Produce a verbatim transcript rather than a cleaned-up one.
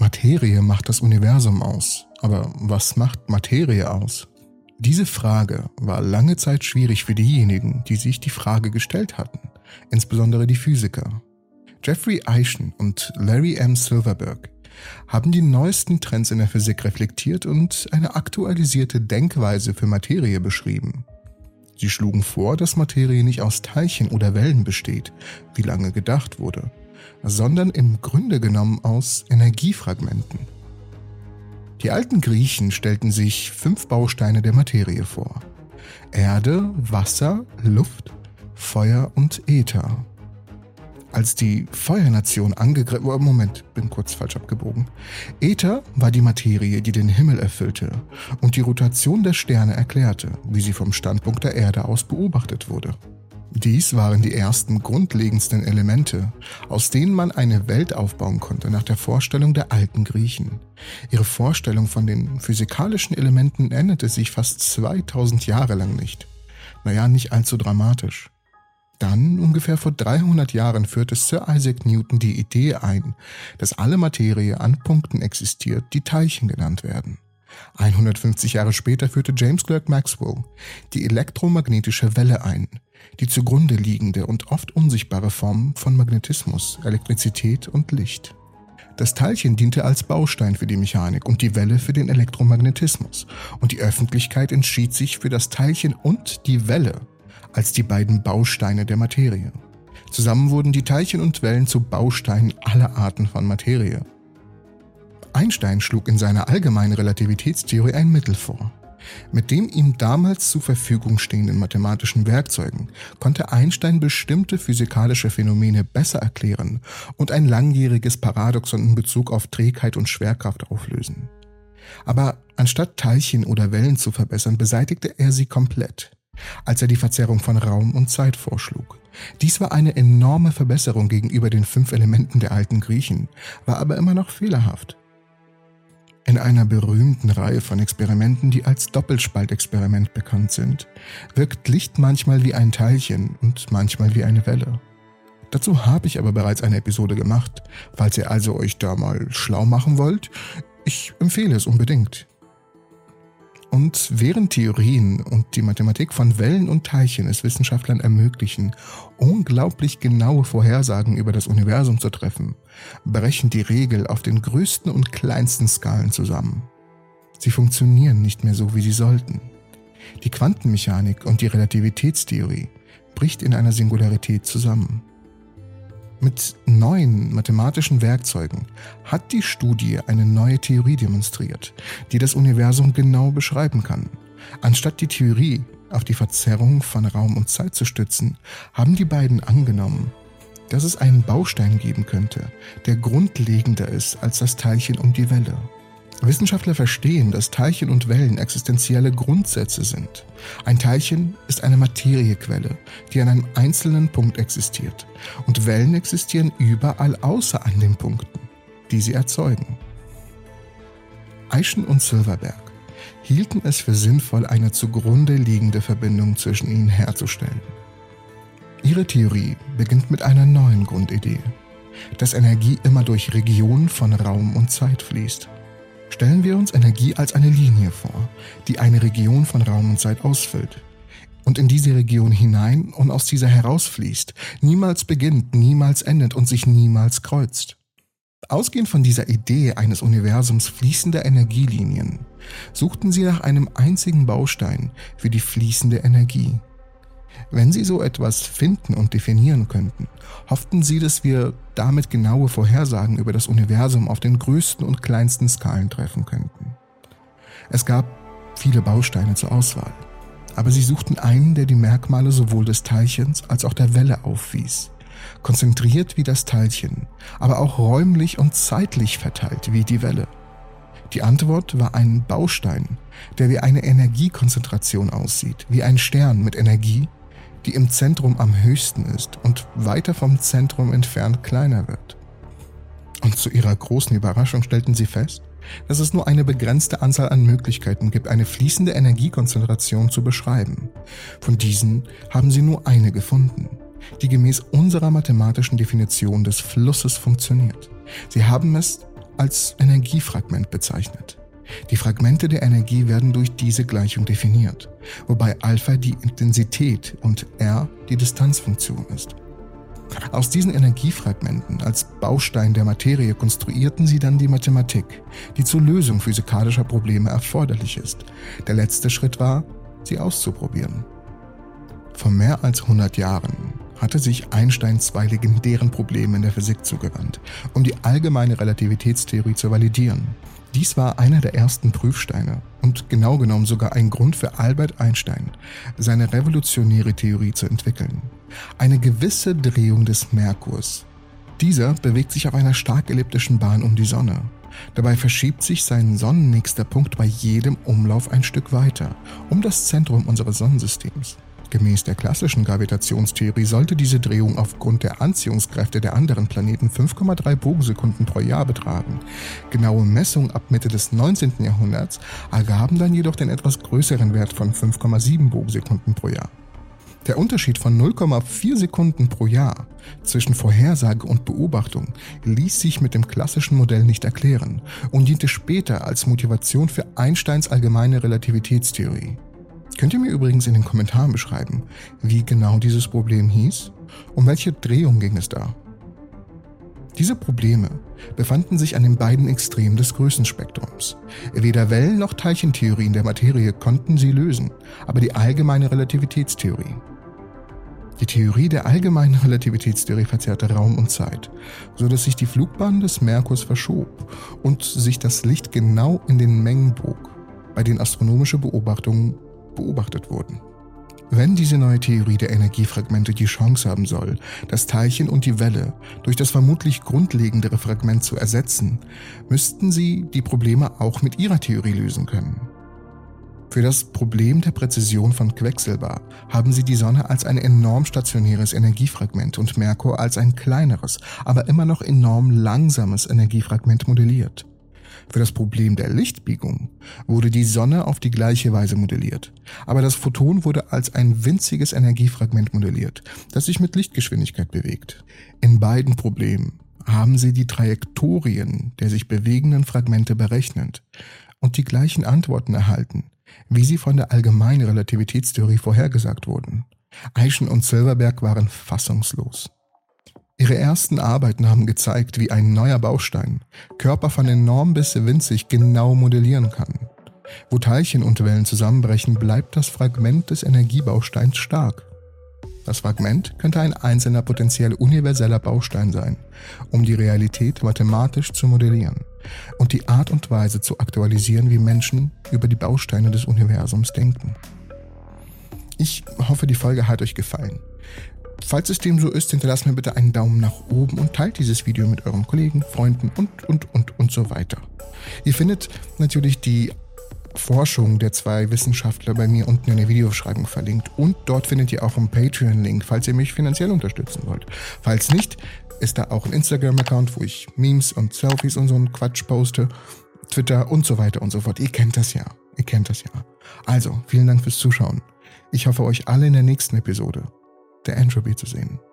Materie macht das Universum aus. Aber was macht Materie aus? Diese Frage war lange Zeit schwierig für diejenigen, die sich die Frage gestellt hatten, insbesondere die Physiker. Jeffrey Eischen und Larry M. Silverberg haben die neuesten Trends in der Physik reflektiert und eine aktualisierte Denkweise für Materie beschrieben. Sie schlugen vor, dass Materie nicht aus Teilchen oder Wellen besteht, wie lange gedacht wurde, sondern im Grunde genommen aus Energiefragmenten. Die alten Griechen stellten sich fünf Bausteine der Materie vor: Erde, Wasser, Luft, Feuer und Äther. Als die Feuernation angegriffen wurde, Moment, bin kurz falsch abgebogen. Äther war die Materie, die den Himmel erfüllte und die Rotation der Sterne erklärte, wie sie vom Standpunkt der Erde aus beobachtet wurde. Dies waren die ersten grundlegendsten Elemente, aus denen man eine Welt aufbauen konnte nach der Vorstellung der alten Griechen. Ihre Vorstellung von den physikalischen Elementen änderte sich fast zweitausend Jahre lang nicht. Naja, nicht allzu dramatisch. Dann, ungefähr vor dreihundert Jahren, führte Sir Isaac Newton die Idee ein, dass alle Materie an Punkten existiert, die Teilchen genannt werden. hundertfünfzig Jahre später führte James Clerk Maxwell die elektromagnetische Welle ein, die zugrunde liegende und oft unsichtbare Form von Magnetismus, Elektrizität und Licht. Das Teilchen diente als Baustein für die Mechanik und die Welle für den Elektromagnetismus, und die Öffentlichkeit entschied sich für das Teilchen und die Welle als die beiden Bausteine der Materie. Zusammen wurden die Teilchen und Wellen zu Bausteinen aller Arten von Materie. Einstein schlug in seiner allgemeinen Relativitätstheorie ein Mittel vor. Mit den ihm damals zur Verfügung stehenden mathematischen Werkzeugen konnte Einstein bestimmte physikalische Phänomene besser erklären und ein langjähriges Paradoxon in Bezug auf Trägheit und Schwerkraft auflösen. Aber anstatt Teilchen oder Wellen zu verbessern, beseitigte er sie komplett, als er die Verzerrung von Raum und Zeit vorschlug. Dies war eine enorme Verbesserung gegenüber den fünf Elementen der alten Griechen, war aber immer noch fehlerhaft. In einer berühmten Reihe von Experimenten, die als Doppelspaltexperiment bekannt sind, wirkt Licht manchmal wie ein Teilchen und manchmal wie eine Welle. Dazu habe ich aber bereits eine Episode gemacht. Falls ihr also euch da mal schlau machen wollt, ich empfehle es unbedingt. Und während Theorien und die Mathematik von Wellen und Teilchen es Wissenschaftlern ermöglichen, unglaublich genaue Vorhersagen über das Universum zu treffen, brechen die Regeln auf den größten und kleinsten Skalen zusammen. Sie funktionieren nicht mehr so, wie sie sollten. Die Quantenmechanik und die Relativitätstheorie bricht in einer Singularität zusammen. Mit neuen mathematischen Werkzeugen hat die Studie eine neue Theorie demonstriert, die das Universum genau beschreiben kann. Anstatt die Theorie auf die Verzerrung von Raum und Zeit zu stützen, haben die beiden angenommen, dass es einen Baustein geben könnte, der grundlegender ist als das Teilchen und die Welle. Wissenschaftler verstehen, dass Teilchen und Wellen existenzielle Grundsätze sind. Ein Teilchen ist eine Materiequelle, die an einem einzelnen Punkt existiert, und Wellen existieren überall außer an den Punkten, die sie erzeugen. Eischen und Silverberg hielten es für sinnvoll, eine zugrunde liegende Verbindung zwischen ihnen herzustellen. Ihre Theorie beginnt mit einer neuen Grundidee, dass Energie immer durch Regionen von Raum und Zeit fließt. Stellen wir uns Energie als eine Linie vor, die eine Region von Raum und Zeit ausfüllt und in diese Region hinein und aus dieser herausfließt, niemals beginnt, niemals endet und sich niemals kreuzt. Ausgehend von dieser Idee eines Universums fließender Energielinien suchten sie nach einem einzigen Baustein für die fließende Energie. Wenn sie so etwas finden und definieren könnten, hofften sie, dass wir damit genaue Vorhersagen über das Universum auf den größten und kleinsten Skalen treffen könnten. Es gab viele Bausteine zur Auswahl, aber sie suchten einen, der die Merkmale sowohl des Teilchens als auch der Welle aufwies. Konzentriert wie das Teilchen, aber auch räumlich und zeitlich verteilt wie die Welle. Die Antwort war ein Baustein, der wie eine Energiekonzentration aussieht, wie ein Stern mit Energie, die im Zentrum am höchsten ist und weiter vom Zentrum entfernt kleiner wird. Und zu ihrer großen Überraschung stellten sie fest, dass es nur eine begrenzte Anzahl an Möglichkeiten gibt, eine fließende Energiekonzentration zu beschreiben. Von diesen haben sie nur eine gefunden, die gemäß unserer mathematischen Definition des Flusses funktioniert. Sie haben es als Energiefragment bezeichnet. Die Fragmente der Energie werden durch diese Gleichung definiert, wobei Alpha die Intensität und R die Distanzfunktion ist. Aus diesen Energiefragmenten als Baustein der Materie konstruierten sie dann die Mathematik, die zur Lösung physikalischer Probleme erforderlich ist. Der letzte Schritt war, sie auszuprobieren. Vor mehr als hundert Jahren hatte sich Einstein zwei legendären Problemen in der Physik zugewandt, um die allgemeine Relativitätstheorie zu validieren. Dies war einer der ersten Prüfsteine und genau genommen sogar ein Grund für Albert Einstein, seine revolutionäre Theorie zu entwickeln. Eine gewisse Drehung des Merkurs. Dieser bewegt sich auf einer stark elliptischen Bahn um die Sonne. Dabei verschiebt sich sein sonnennächster Punkt bei jedem Umlauf ein Stück weiter, um das Zentrum unseres Sonnensystems. Gemäß der klassischen Gravitationstheorie sollte diese Drehung aufgrund der Anziehungskräfte der anderen Planeten fünf Komma drei Bogensekunden pro Jahr betragen. Genaue Messungen ab Mitte des neunzehnten Jahrhunderts ergaben dann jedoch den etwas größeren Wert von fünf Komma sieben Bogensekunden pro Jahr. Der Unterschied von null Komma vier Sekunden pro Jahr zwischen Vorhersage und Beobachtung ließ sich mit dem klassischen Modell nicht erklären und diente später als Motivation für Einsteins allgemeine Relativitätstheorie. Könnt ihr mir übrigens in den Kommentaren beschreiben, wie genau dieses Problem hieß? Um welche Drehung ging es da? Diese Probleme befanden sich an den beiden Extremen des Größenspektrums. Weder Wellen- noch Teilchentheorien der Materie konnten sie lösen, aber die allgemeine Relativitätstheorie. Die Theorie der allgemeinen Relativitätstheorie verzerrte Raum und Zeit, sodass sich die Flugbahn des Merkurs verschob und sich das Licht genau in den Mengen bog, bei denen astronomische Beobachtungen beobachtet wurden. Wenn diese neue Theorie der Energiefragmente die Chance haben soll, das Teilchen und die Welle durch das vermutlich grundlegendere Fragment zu ersetzen, müssten sie die Probleme auch mit ihrer Theorie lösen können. Für das Problem der Präzision von Quecksilber haben sie die Sonne als ein enorm stationäres Energiefragment und Merkur als ein kleineres, aber immer noch enorm langsames Energiefragment modelliert. Für das Problem der Lichtbiegung wurde die Sonne auf die gleiche Weise modelliert, aber das Photon wurde als ein winziges Energiefragment modelliert, das sich mit Lichtgeschwindigkeit bewegt. In beiden Problemen haben sie die Trajektorien der sich bewegenden Fragmente berechnet und die gleichen Antworten erhalten, wie sie von der allgemeinen Relativitätstheorie vorhergesagt wurden. Eichen und Silverberg waren fassungslos. Ihre ersten Arbeiten haben gezeigt, wie ein neuer Baustein Körper von enorm bis winzig genau modellieren kann. Wo Teilchen und Wellen zusammenbrechen, bleibt das Fragment des Energiebausteins stark. Das Fragment könnte ein einzelner potenziell universeller Baustein sein, um die Realität mathematisch zu modellieren und die Art und Weise zu aktualisieren, wie Menschen über die Bausteine des Universums denken. Ich hoffe, die Folge hat euch gefallen. Falls es dem so ist, hinterlasst mir bitte einen Daumen nach oben und teilt dieses Video mit euren Kollegen, Freunden und, und, und, und so weiter. Ihr findet natürlich die Forschung der zwei Wissenschaftler bei mir unten in der Videobeschreibung verlinkt und dort findet ihr auch einen Patreon-Link, falls ihr mich finanziell unterstützen wollt. Falls nicht, ist da auch ein Instagram-Account, wo ich Memes und Selfies und so einen Quatsch poste, Twitter und so weiter und so fort. Ihr kennt das ja, ihr kennt das ja. Also, vielen Dank fürs Zuschauen. Ich hoffe, euch alle in der nächsten Episode der Entropy zu sehen.